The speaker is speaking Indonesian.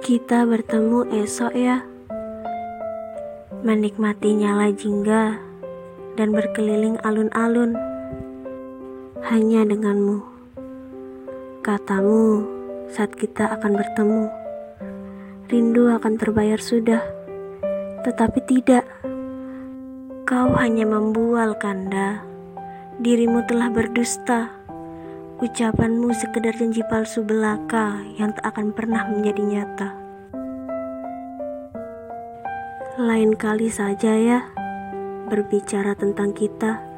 Kita bertemu esok ya, menikmati nyala jingga dan berkeliling alun-alun. Hanya denganmu, katamu saat kita akan bertemu. Rindu akan terbayar sudah, tetapi tidak. Kau hanya membual kanda, dirimu telah berdusta. Ucapanmu sekedar janji palsu belaka yang tak akan pernah menjadi nyata. Lain kali saja ya, berbicara tentang kita.